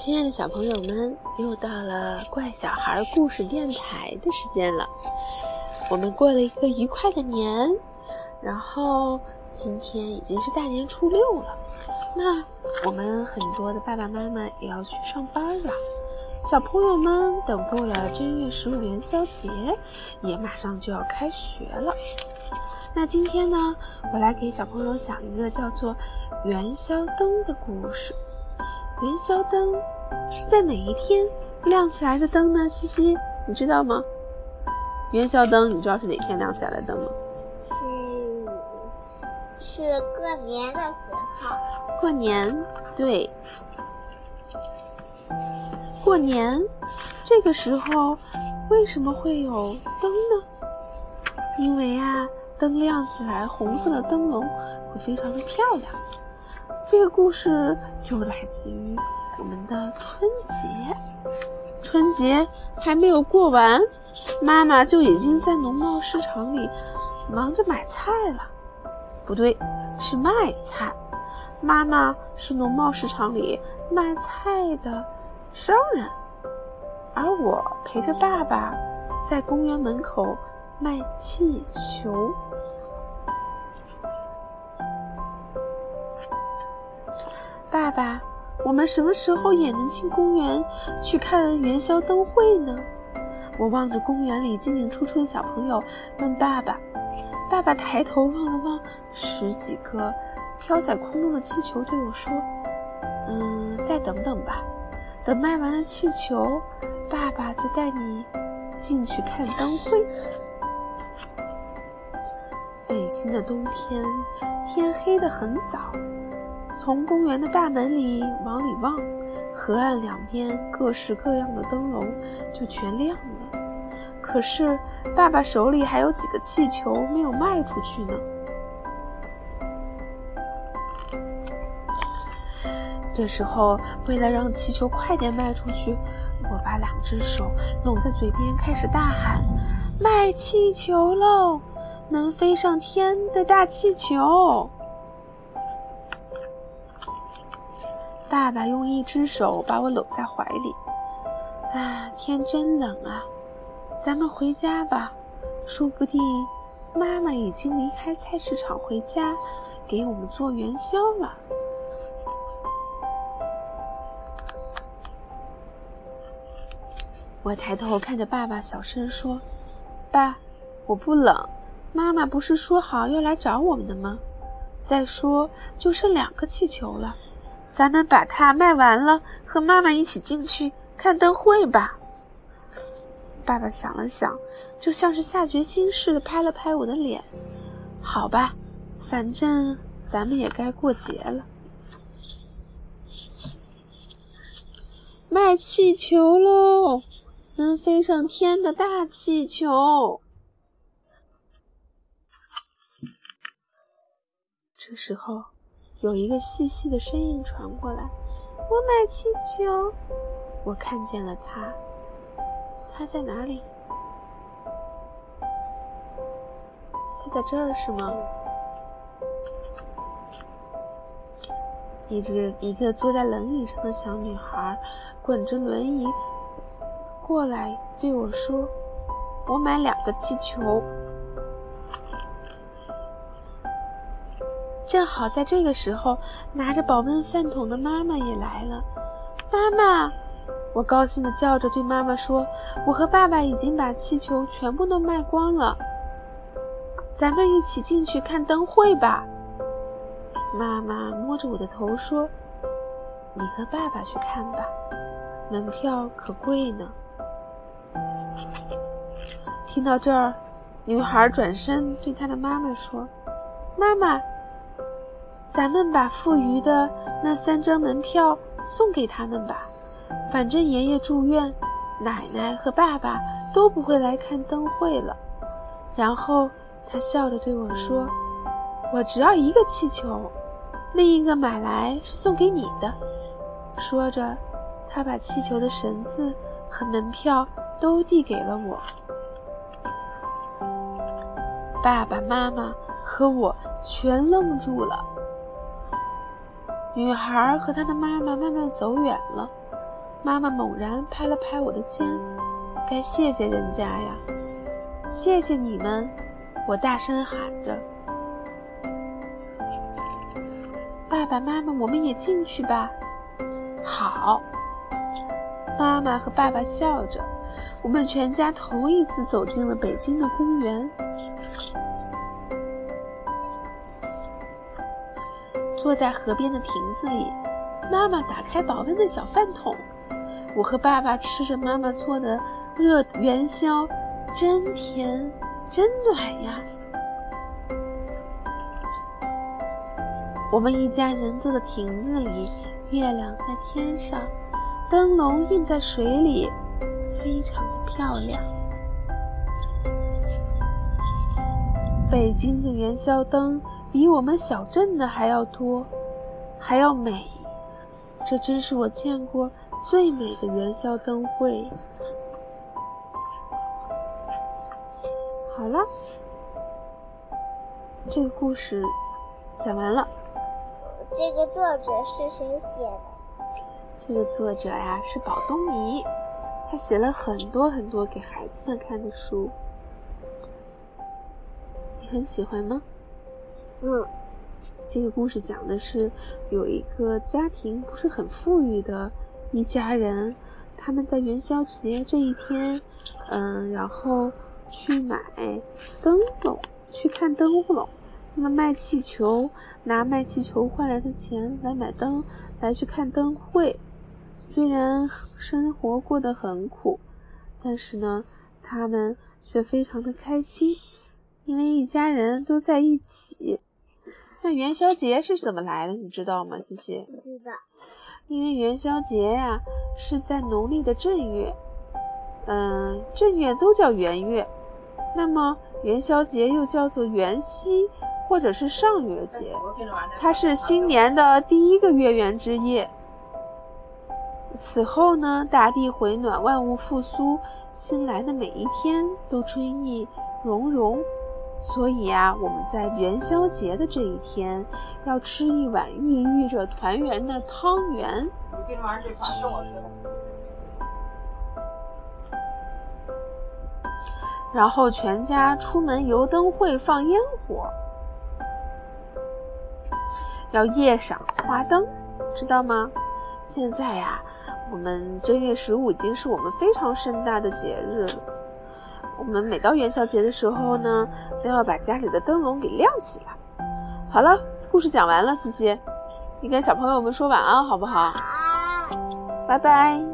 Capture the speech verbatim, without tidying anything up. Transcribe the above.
亲爱的小朋友们，又到了怪小孩故事电台的时间了。我们过了一个愉快的年，然后今天已经是大年初六了，那我们很多的爸爸妈妈也要去上班了。小朋友们等过了正月十五元宵节，也马上就要开学了。那今天呢，我来给小朋友讲一个叫做元宵灯的故事。元宵灯是在哪一天亮起来的灯呢？西西，你知道吗？元宵灯你知道是哪天亮起来的灯吗？ 是是过年的时候。 过年，对。过年这个时候为什么会有灯呢？因为啊，灯亮起来，红色的灯笼会非常的漂亮。这个故事就来自于我们的春节。春节还没有过完，妈妈就已经在农贸市场里忙着买菜了。不对，是卖菜。妈妈是农贸市场里卖菜的商人，而我陪着爸爸在公园门口卖气球。爸爸，我们什么时候也能进公园去看元宵灯会呢？我望着公园里进进出出的小朋友问爸爸。爸爸抬头望了望十几个飘在空中的气球，对我说，嗯，再等等吧，等卖完了气球，爸爸就带你进去看灯会。北京的冬天，天黑得很早，从公园的大门里往里望，河岸两边各式各样的灯笼就全亮了。可是爸爸手里还有几个气球没有卖出去呢。这时候，为了让气球快点卖出去，我把两只手拢在嘴边，开始大喊：卖气球喽！能飞上天的大气球！爸爸用一只手把我搂在怀里。啊，天真冷啊，咱们回家吧，说不定妈妈已经离开菜市场回家，给我们做元宵了。我抬头看着爸爸，小声说，爸，我不冷，妈妈不是说好要来找我们的吗？再说就剩两个气球了，咱们把它卖完了，和妈妈一起进去看灯会吧。爸爸想了想，就像是下决心似的拍了拍我的脸。好吧，反正咱们也该过节了。卖气球喽！能飞上天的大气球。这时候有一个细细的声音传过来，我买气球。我看见了他，他在哪里？他在这儿是吗？一只一个坐在轮椅上的小女孩滚着轮椅过来对我说，我买两个气球。正好在这个时候，拿着保温饭桶的妈妈也来了。妈妈，我高兴地叫着对妈妈说，我和爸爸已经把气球全部都卖光了，咱们一起进去看灯会吧。妈妈摸着我的头说，你和爸爸去看吧，门票可贵呢。听到这儿，女孩转身对她的妈妈说，妈妈，咱们把富余的那三张门票送给他们吧，反正爷爷住院，奶奶和爸爸都不会来看灯会了。然后她笑着对我说，我只要一个气球，另一个买来是送给你的。说着，她把气球的绳子和门票都递给了我。爸爸妈妈和我全愣住了。女孩和她的妈妈慢慢走远了， 妈妈猛然拍了拍我的肩，该谢谢人家呀，谢谢你们，我大声喊着。爸爸妈妈，我们也进去吧。好。妈妈和爸爸笑着，我们全家头一次走进了北京的公园。坐在河边的亭子里，妈妈打开保温的小饭桶，我和爸爸吃着妈妈做的热元宵，真甜，真暖呀。我们一家人坐在亭子里，月亮在天上，灯笼映在水里，非常的漂亮。北京的元宵灯比我们小镇的还要多，还要美，这真是我见过最美的元宵灯会。好了，这个故事讲完了。 这个作者是谁写的？ 这个作者呀是宝东尼，他写了很多很多给孩子们看的书。你很喜欢吗？ 嗯， 这个故事讲的是有一个家庭不是很富裕的一家人，他们在元宵节这一天，嗯，然后去买灯笼，去看灯笼。他们卖气球，拿卖气球换来的钱来买灯，来去看灯会。虽然生活过得很苦，但是呢，他们却非常的开心，因为一家人都在一起。那元宵节是怎么来的，你知道吗，西西？ 不知道。 因为元宵节呀、啊、是在农历的正月，嗯、呃，正月都叫元月，那么元宵节又叫做元夕或者是上元节，它是新年的第一个月圆之夜。此后呢，大地回暖，万物复苏，新来的每一天都春意融融。所以啊，我们在元宵节的这一天，要吃一碗孕育着团圆的汤圆。然后全家出门游灯会，放烟火，要夜赏花灯，知道吗？现在呀、啊，我们正月十五已经是我们非常盛大的节日了。我们每到元宵节的时候呢，都要把家里的灯笼给亮起来。好了，故事讲完了，西西，你跟小朋友们说晚安好不好？拜拜。